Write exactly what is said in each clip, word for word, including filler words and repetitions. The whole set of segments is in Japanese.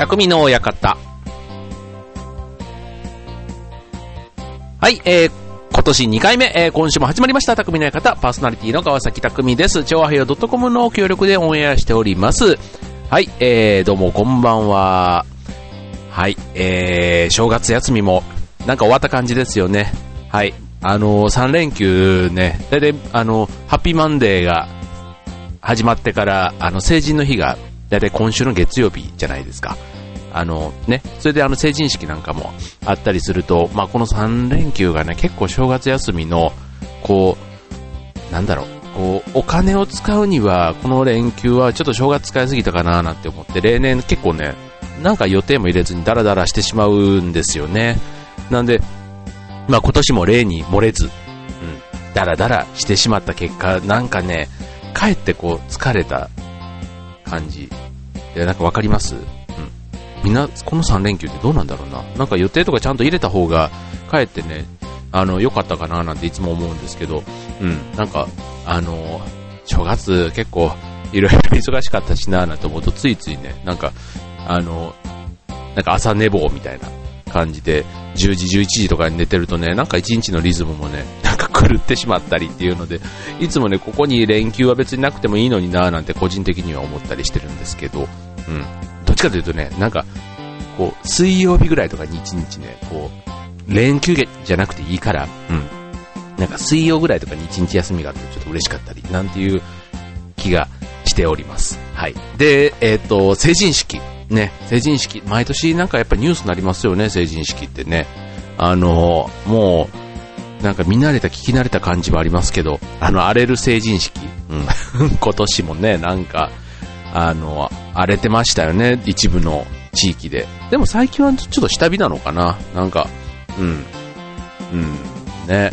匠の館。はい、えー、今年にかいめ、えー、今週も始まりました匠の館、パーソナリティの川崎匠です。調和平洋 .com の協力でオンエアしております。はい、えー、どうもこんばんは。はい、えー、正月休みもなんか終わった感じですよね。はい、あのー、さん連休ね、だいたいあのハッピーマンデーが始まってからあの成人の日がだいたい今週の月曜日じゃないですか。あのね、それであの成人式なんかもあったりすると、まあこのさん連休がね、結構正月休みのこうなんだろう、こうお金を使うにはこの連休はちょっと正月使いすぎたかななんて思って、例年結構ね、なんか予定も入れずにダラダラしてしまうんですよね。なんでまあ今年も例に漏れず、うん、ダラダラしてしまった結果、なんかね、かえってこう疲れた感じ。いや、なんかわかります？うん。みんな、このさん連休ってどうなんだろうな。なんか予定とかちゃんと入れた方が、かえってね、あの、良かったかななんていつも思うんですけど、うん。なんか、あの、正月結構、いろいろ忙しかったしななんて思うと、ついついね、なんか、あの、なんか朝寝坊みたいな感じで、じゅうじ、じゅういちじとかに寝てるとね、なんか一日のリズムもね、なんか狂ってしまったりっていうので、いつもね、ここに連休は別になくてもいいのになぁなんて個人的には思ったりしてるんですけど、うん。どっちかというとね、なんか、こう、水曜日ぐらいとかに一日ね、こう、連休じゃなくていいから、うん。なんか水曜ぐらいとかに一日休みがあってちょっと嬉しかったり、なんていう気がしております。はい。で、えっと、成人式。ね、成人式。毎年なんかやっぱニュースになりますよね、成人式ってね。あの、もう、なんか見慣れた、聞き慣れた感じはありますけど、あの、荒れる成人式。うん。今年もね、なんか、あの、荒れてましたよね、一部の地域で。でも最近はちょっと下火なのかな、なんか、うん。うん。ね。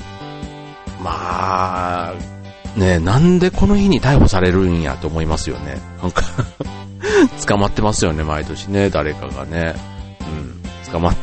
まあ、ね、なんでこの日に逮捕されるんやと思いますよね。なんか、捕まってますよね、毎年ね、誰かがね。うん。捕まって、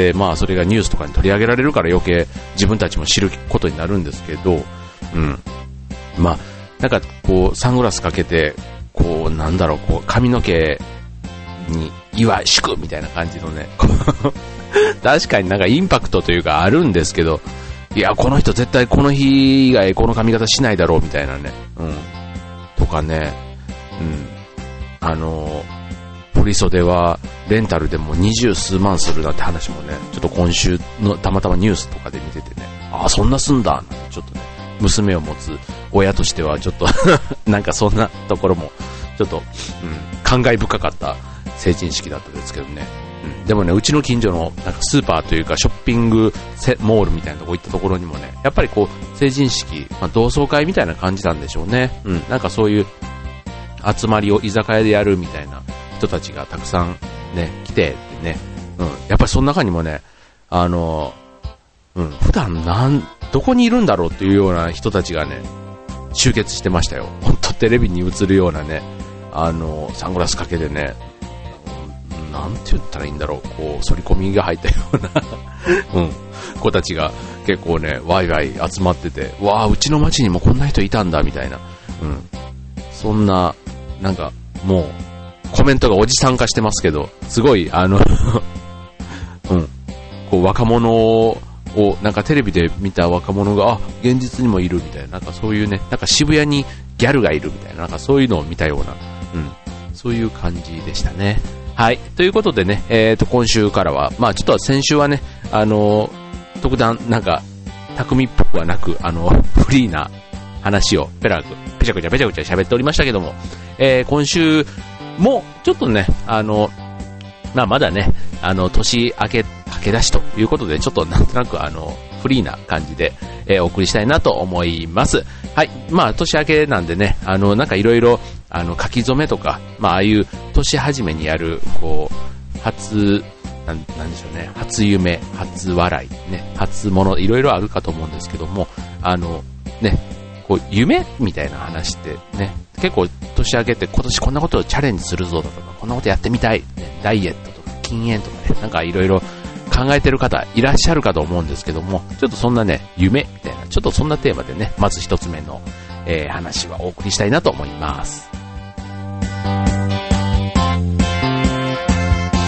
まあそれがニュースとかに取り上げられるから余計自分たちも知ることになるんですけど、うん。まあ、なんかこう、サングラスかけて、こう、なんだろう、こう、髪の毛に祝い祝みたいな感じのね、確かになんかインパクトというかあるんですけど、いや、この人絶対この日以外この髪型しないだろうみたいなね、うん。とかね、うん。あの、振袖はレンタルでも二十数万するなって話もね、ちょっと今週のたまたまニュースとかで見ててね、ああ、そんなすんだ、ちょっとね、娘を持つ親としてはちょっとなんかそんなところもちょっと、うん、感慨深かった成人式だったんですけどね、うん、でもね、うちの近所のなんかスーパーというかショッピングモールみたいなとこ行ったところにもね、やっぱりこう成人式、まあ、同窓会みたいな感じなんでしょうね、うん、なんかそういう集まりを居酒屋でやるみたいな人たちがたくさんね来てってね、うん、やっぱりその中にもね、あの、うん、普段なんどこにいるんだろうっていうような人たちがね集結してましたよ。ほんとテレビに映るようなね、あのサングラスかけてね、なんて言ったらいいんだろう、こう反り込みが入ったような、うん、子たちが結構ねワイワイ集まってて、わあうちの町にもこんな人いたんだみたいな、うん、そんななんかもうコメントがおじさん化してますけど、すごいあのうんこう若者をなんかテレビで見た若者があ現実にもいるみたいな、なんかそういうね、なんか渋谷にギャルがいるみたいな、なんかそういうのを見たような、うん、そういう感じでしたね。はい、ということでね、えーと今週からはまあちょっと先週はね、あの特段なんか匠っぽくはなく、あのフリーな話をペラくペチャクチャペチャクチャ喋っておりましたけども、えー、今週もちょっとね、あのまあまだね、あの年明け駆け出しということで、ちょっとなんとなくあのフリーな感じで、えー、お送りしたいなと思います。はい、まあ年明けなんでね、あのなんかいろいろあの書き初めとか、まあああいう年始めにやるこう初なん、なんでしょうね、初夢、初笑いね、初ものいろいろあるかと思うんですけども、あのね、こう夢みたいな話ってね、結構年明けて今年こんなことをチャレンジするぞだとか、こんなことやってみたい、ね、ダイエットとか禁煙とかね、なんかいろいろ考えてる方いらっしゃるかと思うんですけども、ちょっとそんなね夢みたいな、ちょっとそんなテーマでね、まず一つ目の、えー、話はお送りしたいなと思います。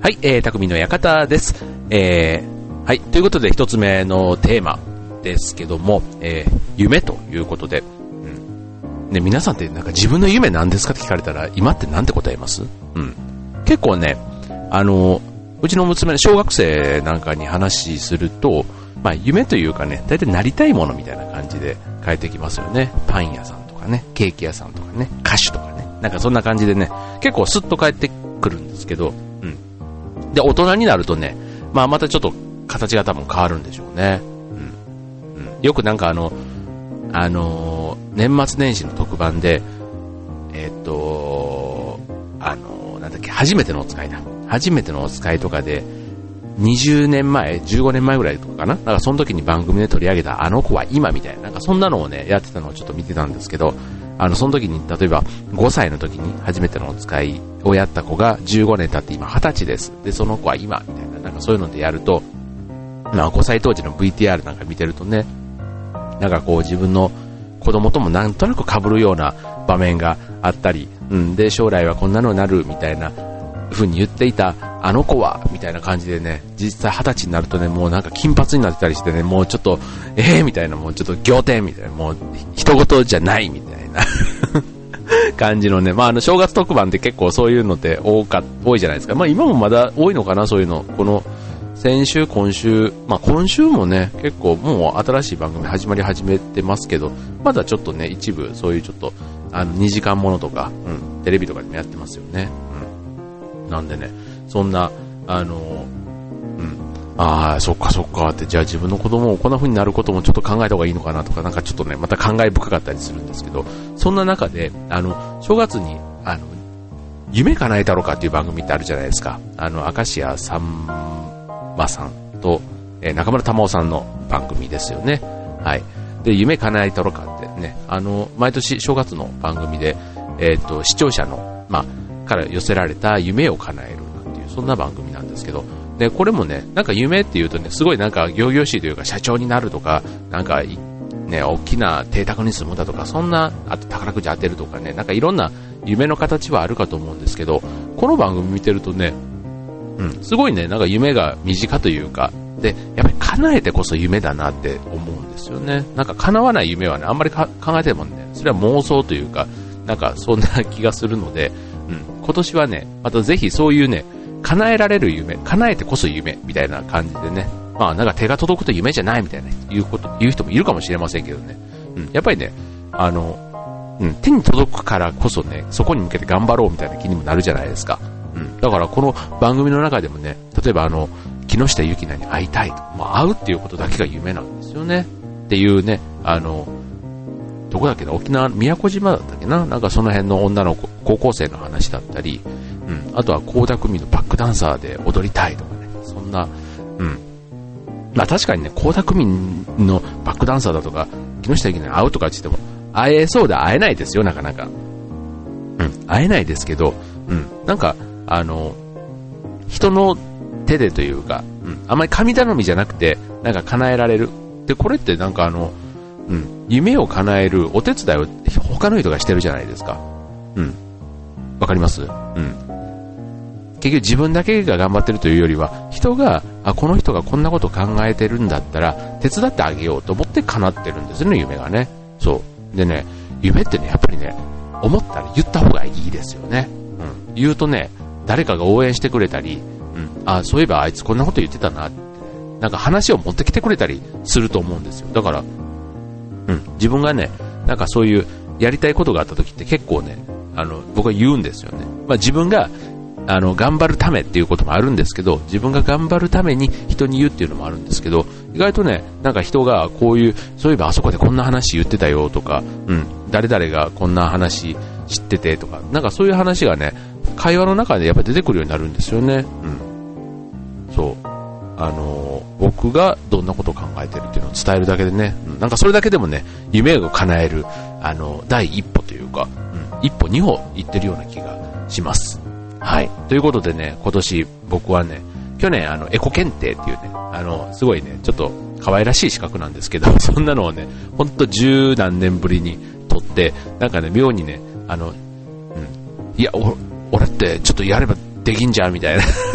はい、えー、匠の館です。えー、はい、ということで一つ目のテーマですけども、えー、夢ということで、うん。ね、皆さんってなんか自分の夢何ですかって聞かれたら、今ってなんて答えます？うん。結構ね、あの、うちの娘、小学生なんかに話すると、まあ夢というかね、大体なりたいものみたいな感じで変えてきますよね。パン屋さんとかね、ケーキ屋さんとかね、歌手とかね、なんかそんな感じでね、結構スッと変えてくるんですけど、うん。で、大人になるとね、まあまたちょっと形が多分変わるんでしょうね。うん。うん、よくなんかあの、あのー、年末年始の特番で、えー、っと、あのー、なんだっけ、初めてのお使いだ。初めてのお使いとかで、にじゅうねんまえ、じゅうごねんまえぐらいとかかな。なんかその時に番組で取り上げたあの子は今みたいな、なんかそんなのをね、やってたのをちょっと見てたんですけど、あの、その時に、例えば、ごさいの時に初めてのお使いをやった子がじゅうごねん経って今はたちです。で、その子は今、みたいな、なんかそういうのでやると、まあごさい当時の ブイティーアール なんか見てるとね、なんかこう自分の子供ともなんとなく被るような場面があったり、うん、で、将来はこんなのになる、みたいな風に言っていたあの子は、みたいな感じでね、実際はたちになるとね、もうなんか金髪になってたりしてね、もうちょっと、えーみたいな、もうちょっと仰天みたいな、もう人事じゃないみたいな感じのね、まああの正月特番って結構そういうのって多か、多いじゃないですか。まあ今もまだ多いのかな、そういうの。この、先週、今週、まあ今週もね、結構もう新しい番組始まり始めてますけど、まだちょっとね、一部そういうちょっと、あのにじかんものとか、うん、テレビとかでもやってますよね。うん。なんでね、そんな、あの、うん、ああ、そっかそっかって、じゃあ自分の子供をこんな風になることもちょっと考えた方がいいのかなとか、なんかちょっとね、また感慨深かったりするんですけど、そんな中で、あの、正月に、あの、夢叶えたろかっていう番組ってあるじゃないですか。あの、明石家さんまさんと、えー、中村玉緒さんの番組ですよね。はい。で、夢叶えたろかってね、あの、毎年正月の番組で、えっと、視聴者の、まあ、から寄せられた夢を叶えるなんていう、そんな番組なんですけど、で、これもね、なんか夢っていうとね、すごいなんか仰々しいというか、社長になるとか、なんか、ね、大きな邸宅に住むだとか、そんな、あと宝くじ当てるとかね、なんかいろんな夢の形はあるかと思うんですけど、この番組見てるとね、うん、すごいね、なんか夢が身近というか、で、やっぱり叶えてこそ夢だなって思うんですよね。なんか叶わない夢はね、あんまりか考えてもね、それは妄想というか、なんかそんな気がするので、うん、今年はね、またぜひそういうね、叶えられる夢、叶えてこそ夢みたいな感じでね、まあなんか手が届くと夢じゃないみたいな言うこと、言う人もいるかもしれませんけどね、うん、やっぱりね、あの、うん、手に届くからこそね、そこに向けて頑張ろうみたいな気にもなるじゃないですか。うん、だからこの番組の中でもね、例えばあの、木下ゆきなに会いたいと、まあ、会うっていうことだけが夢なんですよね。っていうね、あの、どこだっけな、沖縄、宮古島だったっけな、なんかその辺の女の子、高校生の話だったり、うん、あとは倖田來未のバックダンサーで踊りたいとかね、そんな、うん。まあ確かにね、倖田來未のバックダンサーだとか、木下ゆきなに会うとかって言っても、会えそうで会えないですよ、なかなか。うん、会えないですけど、うん、なんか、あの、人の手でというか、うん、あんまり神頼みじゃなくて、なんか叶えられる。で、これってなんかあの、うん、夢を叶えるお手伝いを他の人がしてるじゃないですか。うん。わかります？うん。結局自分だけが頑張ってるというよりは、人が、あ、この人がこんなこと考えてるんだったら、手伝ってあげようと思って叶ってるんですよね、夢がね。そう。でね、夢ってね、やっぱりね、思ったら言った方がいいですよね。うん。言うとね、誰かが応援してくれたり、うん、あ、そういえばあいつこんなこと言ってたなって、なんか話を持ってきてくれたりすると思うんですよ。だから、うん、自分がね、なんかそういうやりたいことがあった時って結構ね、あの、僕は言うんですよね。まあ自分が、あの、頑張るためっていうこともあるんですけど、自分が頑張るために人に言うっていうのもあるんですけど、意外とね、なんか人がこういう、そういえばあそこでこんな話言ってたよとか、うん、誰々がこんな話知っててとか、なんかそういう話がね、会話の中でやっぱ出てくるようになるんですよね。うん。そう。あのー、僕がどんなことを考えてるっていうのを伝えるだけでね、うん、なんかそれだけでもね、夢を叶える、あの、第一歩というか、うん、一歩二歩行ってるような気がします。はい。ということでね、今年僕はね、去年あの、エコ検定っていうね、あの、すごいね、ちょっと可愛らしい資格なんですけど、そんなのをね、ほんと十何年ぶりに取って、なんかね、妙にね、あの、うん、いや、お俺ってちょっとやればできんじゃんみたいな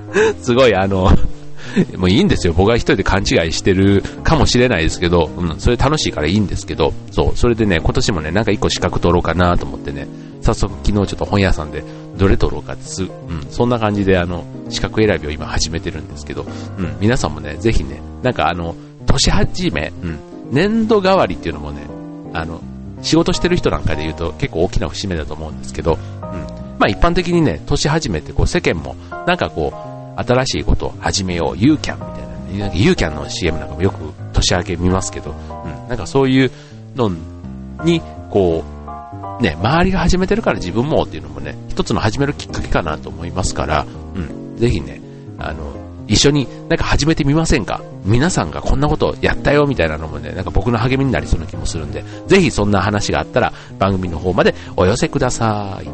すごいあの、もういいんですよ。僕は一人で勘違いしてるかもしれないですけど、うん、それ楽しいからいいんですけど、そう、それでね、今年もね、なんか一個資格取ろうかなと思ってね、早速昨日ちょっと本屋さんでどれ取ろうかつ、うん、そんな感じであの、資格選びを今始めてるんですけど、うん、皆さんもね、ぜひね、なんかあの、年始め、うん、年度代わりっていうのもね、あの、仕事してる人なんかで言うと結構大きな節目だと思うんですけど、うん、まあ一般的にね、年始めってこう世間もなんかこう、新しいことを始めよう、ユーキャンみたいな、ね、なんかユーキャンの シーエム なんかもよく年明け見ますけど、うん、なんかそういうのに、こう、ね、周りが始めてるから自分もっていうのもね、一つの始めるきっかけかなと思いますから、うん、ぜひね、あの、一緒になんか始めてみませんか？皆さんがこんなことやったよみたいなのもね、なんか僕の励みになりそうな気もするんで、ぜひそんな話があったら番組の方までお寄せください。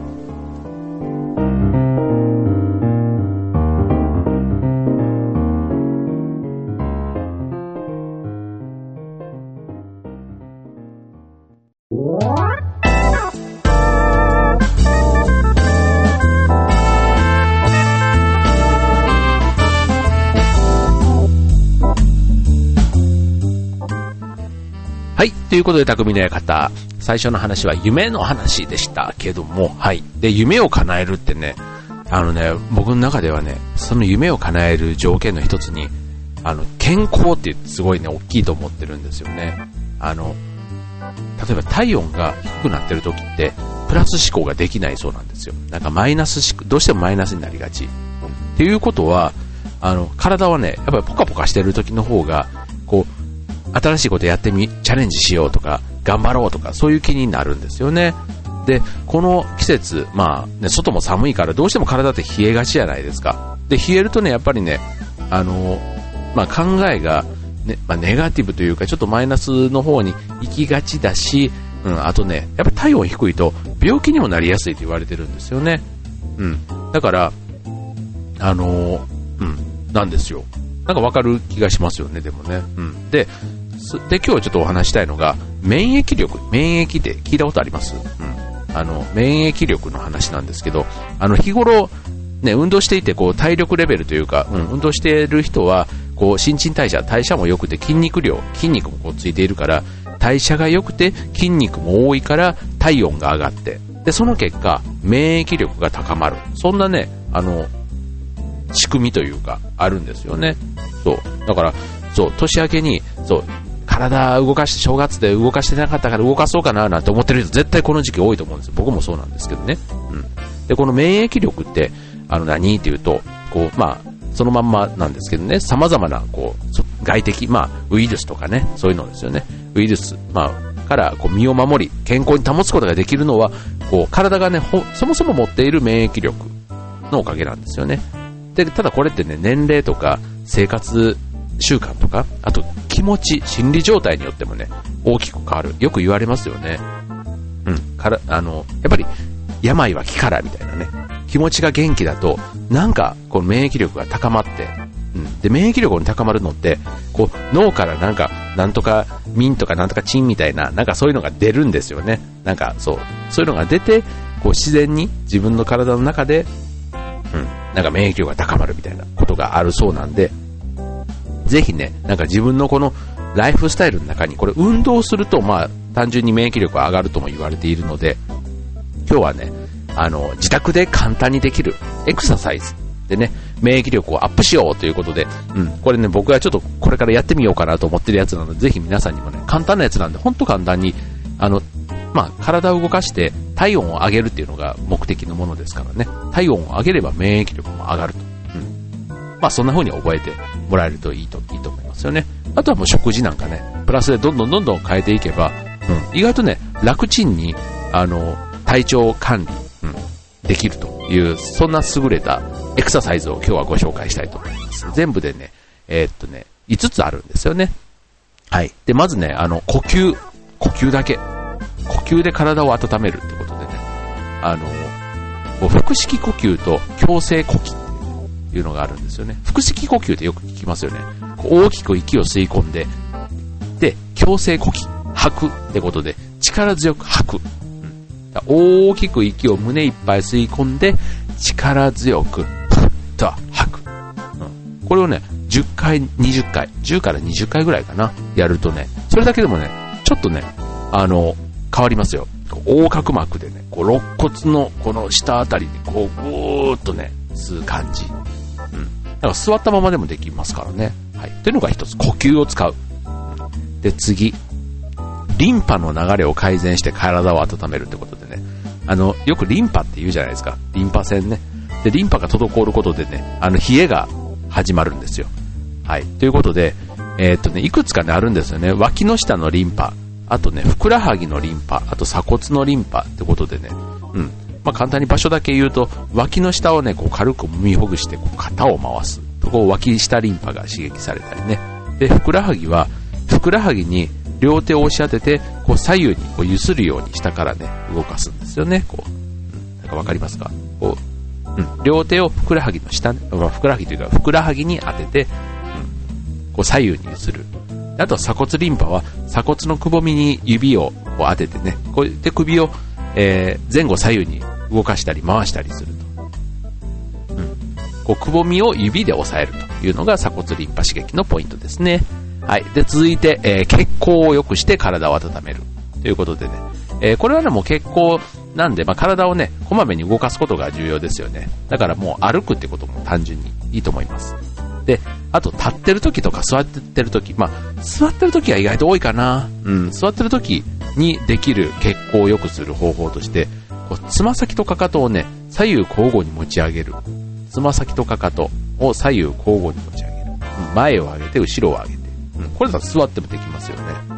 はい。ということで、匠の館。最初の話は夢の話でしたけども、はい。で、夢を叶えるってね、あのね、僕の中ではね、その夢を叶える条件の一つに、あの、健康ってすごいね、大きいと思ってるんですよね。あの、例えば体温が低くなってる時って、プラス思考ができないそうなんですよ。なんかマイナス思考、どうしてもマイナスになりがち。っていうことは、あの、体はね、やっぱりポカポカしてる時の方が、こう、新しいことやってみ、チャレンジしようとか、頑張ろうとか、そういう気になるんですよね。で、この季節、まあ、ね、外も寒いからどうしても体って冷えがちじゃないですか。で、冷えるとね、やっぱりね、あの、まあ、考えが、ね、まあ、ネガティブというか、ちょっとマイナスの方に行きがちだし、うん、あとね、やっぱり体温低いと病気にもなりやすいと言われてるんですよね。うん。だから、あの、うん、なんですよ。なんかわかる気がしますよね、でもね。うん。で、で、今日ちょっとお話したいのが、免疫力。免疫って聞いたことあります？うん。あの、免疫力の話なんですけど、あの、日頃、ね、運動していて、こう、体力レベルというか、うん、運動している人は、こう、新陳代謝、代謝も良くて、筋肉量、筋肉もこうついているから、代謝が良くて、筋肉も多いから、体温が上がって、で、その結果、免疫力が高まる。そんなね、あの、仕組みというか、あるんですよね。そう。だから、そう、年明けに、そう、体動かして、正月で動かしてなかったから動かそうかななんて思ってる人絶対この時期多いと思うんですよ。僕もそうなんですけどね。うん。で、この免疫力って、あの何っていうと、こう、まあ、そのまんまなんですけどね、様々な、こう、外的、まあ、ウイルスとかね、そういうのですよね。ウイルス、まあ、から、こう、身を守り、健康に保つことができるのは、こう、体がね、ほそもそも持っている免疫力のおかげなんですよね。で、ただこれってね、年齢とか、生活習慣とか、あと、気持ち、心理状態によってもね、大きく変わる。よく言われますよね。うん。から、あの、やっぱり、病は気からみたいなね。気持ちが元気だと、なんか、この免疫力が高まって、うん。で、免疫力が高まるのって、こう、脳からなんか、なんとか、ミンとかなんとかチンみたいな、なんかそういうのが出るんですよね。なんか、そう。そういうのが出て、こう、自然に自分の体の中で、うん。なんか免疫力が高まるみたいなことがあるそうなんで、ぜひね、なんか自分のこのライフスタイルの中に、これ運動すると、まあ、単純に免疫力が上がるとも言われているので、今日はね、あの、自宅で簡単にできるエクササイズでね、免疫力をアップしようということで、うん、これね、僕はちょっとこれからやってみようかなと思ってるやつなので、ぜひ皆さんにもね、簡単なやつなんで、ほんと簡単に、あの、まあ、体を動かして体温を上げるっていうのが目的のものですからね、体温を上げれば免疫力も上がると。まあそんな風に覚えてもらえるといいといいと思いますよね。あとはもう食事なんかね、プラスでどんどんどんどん変えていけば、うん、意外とね、楽ちんに、あの、体調管理、うん、できるという、そんな優れたエクササイズを今日はご紹介したいと思います。全部でね、えー、っとね、いつつあるんですよね。はい。で、まずね、あの、呼吸、呼吸だけ。呼吸で体を温めるってことでね、あの、腹式呼吸と強制呼吸いうのがあるんですよね。腹式呼吸ってよく聞きますよね。大きく息を吸い込んで、で、強制呼吸、吐くってことで、力強く吐く。うん、だ大きく息を胸いっぱい吸い込んで、力強く、ふっと吐く。 これをね、じゅっかい、にじゅっかい、じゅうからにじゅっかいぐらいかな、やるとね、それだけでもね、ちょっとね、あの、変わりますよ。横隔膜でね、こう、肋骨のこの下あたりに、こう、ぐーっとね、吸う感じ。うん。だから座ったままでもできますからね。はい。というのが一つ、呼吸を使う。うん、で、次。リンパの流れを改善して体を温めるってことでね。あの、よくリンパって言うじゃないですか。リンパ腺ね。で、リンパが滞ることでね、あの、冷えが始まるんですよ。はい。ということで、えーっとね、いくつかね、あるんですよね。脇の下のリンパ。あとね、ふくらはぎのリンパ。あと鎖骨のリンパってことでね。うん。まあ、簡単に場所だけ言うと、脇の下をね、こう軽く揉みほぐして、こう肩を回す。こう脇下リンパが刺激されたりね。で、ふくらはぎは、ふくらはぎに両手を押し当てて、こう左右にこう揺するように下からね、動かすんですよね。こう。うん、なんかわかりますか？こう、うん。両手をふくらはぎの下、まあ、ふくらはぎというか、ふくらはぎに当てて、うん。こう左右に揺する。あと鎖骨リンパは鎖骨のくぼみに指をこう当ててね、こうやって首を、えー、前後左右に動かしたり回したりすると。うん。こうくぼみを指で押さえるというのが鎖骨リンパ刺激のポイントですね。はい。で、続いて、えー、血行を良くして体を温める。ということでね。えー、これはね、もう血行なんで、まあ、体をね、こまめに動かすことが重要ですよね。だからもう歩くってことも単純にいいと思います。で、あと立ってる時とか座ってる時、まあ、座ってる時は意外と多いかな。うん、座ってる時にできる血行を良くする方法として、こうつま先とかかとをね、左右交互に持ち上げる。つま先とかかとを左右交互に持ち上げる。前を上げて、後ろを上げて。うん、これだと座ってもできますよね。うん、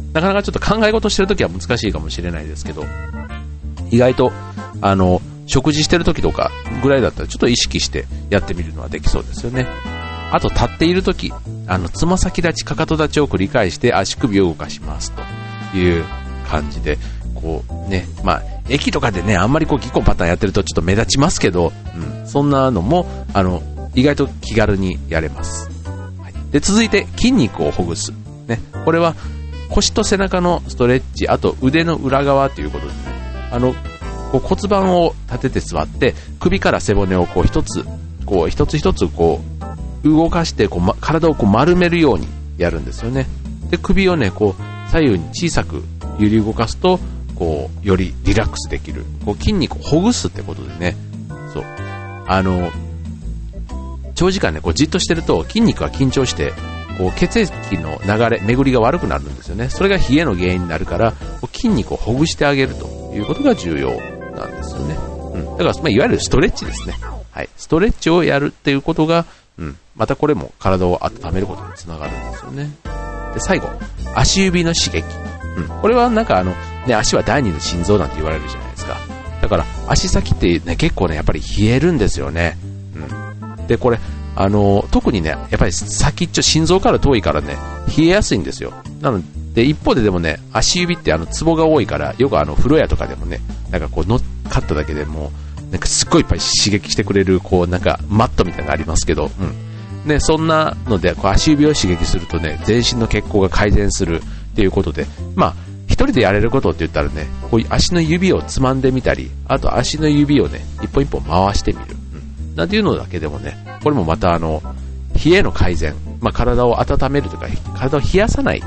なかなかちょっと考え事してる時は難しいかもしれないですけど、意外と、あの、食事してる時とかぐらいだったらちょっと意識してやってみるのはできそうですよね。あと立っている時、あのつま先立ちかかと立ちを繰り返して足首を動かしますという感じで、こうね、まあ駅とかでね、あんまりこうギコンパターンやってるとちょっと目立ちますけど、うん、そんなのもあの意外と気軽にやれます。はい、で続いて筋肉をほぐすね、これは腰と背中のストレッチ、あと腕の裏側ということでね、あのこう骨盤を立てて座って首から背骨をこう一つこう一つ一つこう動かしてこう、ま、体をこう丸めるようにやるんですよね。で首をねこう左右に小さく揺り動かすとこうよりリラックスできる、こう筋肉をほぐすってことでね、そうあの長時間ねこうじっとしてると筋肉が緊張してこう血液の流れ巡りが悪くなるんですよね。それが冷えの原因になるからこう筋肉をほぐしてあげるということが重要なんですよね。うん、だから、まあ、いわゆるストレッチですね。はい、ストレッチをやるっていうことが、うん、またこれも体を温めることにつながるんですよね。で最後、足指の刺激。うん、これはなんかあの、ね、足は第二の心臓なんて言われるじゃないですか。だから足先ってね結構ねやっぱり冷えるんですよね。うん、でこれあの特にねやっぱり先っちょ心臓から遠いからね冷えやすいんですよ。なので一方ででもね足指ってあのツボが多いからよくあの風呂屋とかでもねなんかこう乗っかっただけでもなんかすっごいいっぱい刺激してくれるこうなんかマットみたいなのがありますけど、うんね、そんなのでこう足指を刺激するとね全身の血行が改善するっていうことで、まあ一人でやれることって言ったらねこういう足の指をつまんでみたり、あと足の指をね一本一本回してみる、うん、なんていうのだけでもねこれもまたあの冷えの改善、まあ、体を温めるとか体を冷やさない、うん、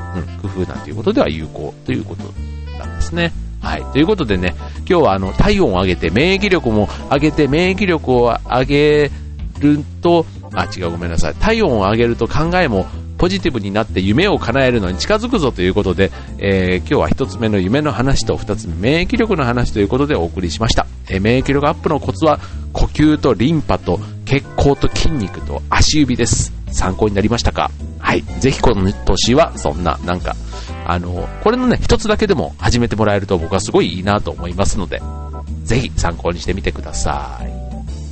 工夫なんていうことでは有効ということなんですね。はい。ということでね、今日はあの体温を上げて免疫力も上げて免疫力を上げると、あ、違うごめんなさい。体温を上げると考えもポジティブになって夢を叶えるのに近づくぞということで、えー、今日は一つ目の夢の話と二つ目免疫力の話ということでお送りしました。えー、免疫力アップのコツは呼吸とリンパと血行と筋肉と足指です。参考になりましたか？はい。ぜひこの年はそんななんかあのこれのね一つだけでも始めてもらえると僕はすごいいいなと思いますので、ぜひ参考にしてみてください。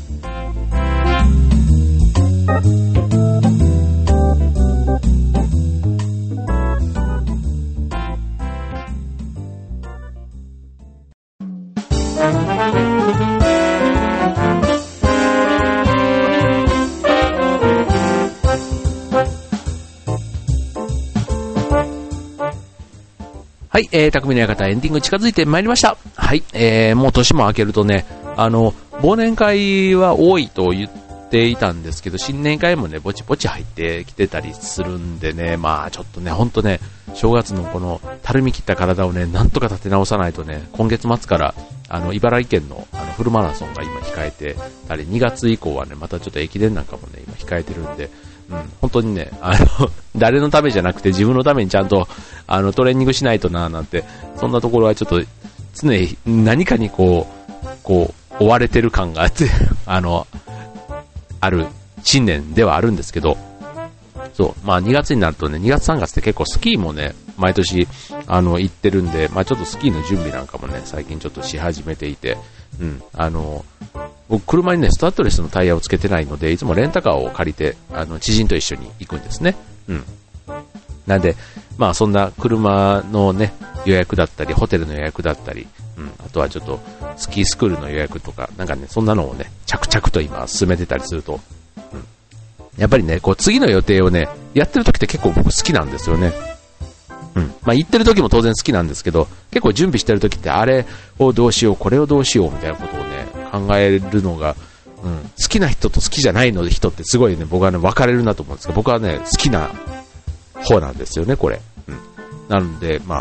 はい、えー、匠の館エンディング近づいてまいりました。はい、えー、もう年も明けるとね、あの、忘年会は多いと言っっていたんですけど、新年会もね、ぼちぼち入ってきてたりするんでね、まあちょっとね、ほんとね、正月のこのたるみ切った体をね、なんとか立て直さないとね、今月末からあの茨城県のあのフルマラソンが今控えてたり、にがつ以降はね、またちょっと駅伝なんかもね、今控えてるんで、うん、本当にね、あの、誰のためじゃなくて自分のためにちゃんとあのトレーニングしないとな、なんて、そんなところはちょっと常に何かにこう、こう、追われてる感があって、あの、ある新年ではあるんですけど、そう、まあにがつになるとね、にがつさんがつって結構スキーもね、毎年、あの、行ってるんで、まあちょっとスキーの準備なんかもね、最近ちょっとし始めていて、うん、あの、僕車にね、スタッドレスのタイヤをつけてないので、いつもレンタカーを借りて、あの、知人と一緒に行くんですね。うん。なんで、まあそんな車のね、予約だったり、ホテルの予約だったり、うん、あとはちょっとスキースクールの予約とか、なんかね、そんなのをね、着々と今進めてたりすると、うん、やっぱりね、こう次の予定をね、やってる時って結構僕好きなんですよね。うん。まあ行ってる時も当然好きなんですけど、結構準備してる時ってあれをどうしよう、これをどうしようみたいなことをね、考えるのが、うん、好きな人と好きじゃないの人ってすごいね、僕はね、分かれるなと思うんですけど、僕はね、好きな方なんですよね、これ。うん。なので、まあ、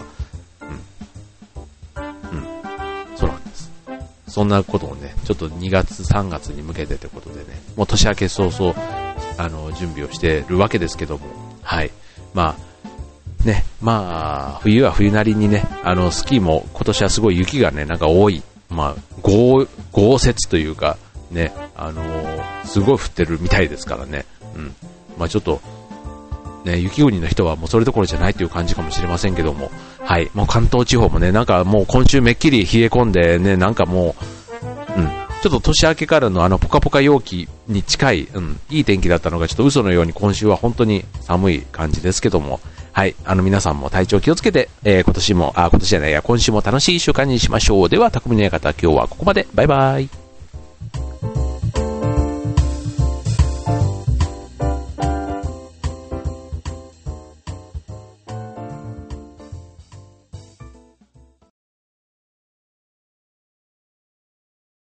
うん。うん。そうなんです。そんなことをね、ちょっとにがつ、さんがつに向けてということでね、もう年明け早々、あの、準備をしてるわけですけども、はい。まあ、ね、まあ、冬は冬なりにね、あの、スキーも今年はすごい雪がね、なんか多い。まあ、豪、豪雪というか、ね、あのー、すごい降ってるみたいですからね。うん。まあちょっと、ね、雪国の人はもうそれどころじゃないという感じかもしれませんけども、はい。もう関東地方もね、なんかもう今週めっきり冷え込んでね、なんかもう、うん。ちょっと年明けからのあのポカポカ陽気に近い、うん、いい天気だったのがちょっと嘘のように今週は本当に寒い感じですけども、はい。あの皆さんも体調気をつけて、えー、今年も、あ、今年じゃないや、今週も楽しい一週間にしましょう。では、匠の館、今日はここまで。バイバイ。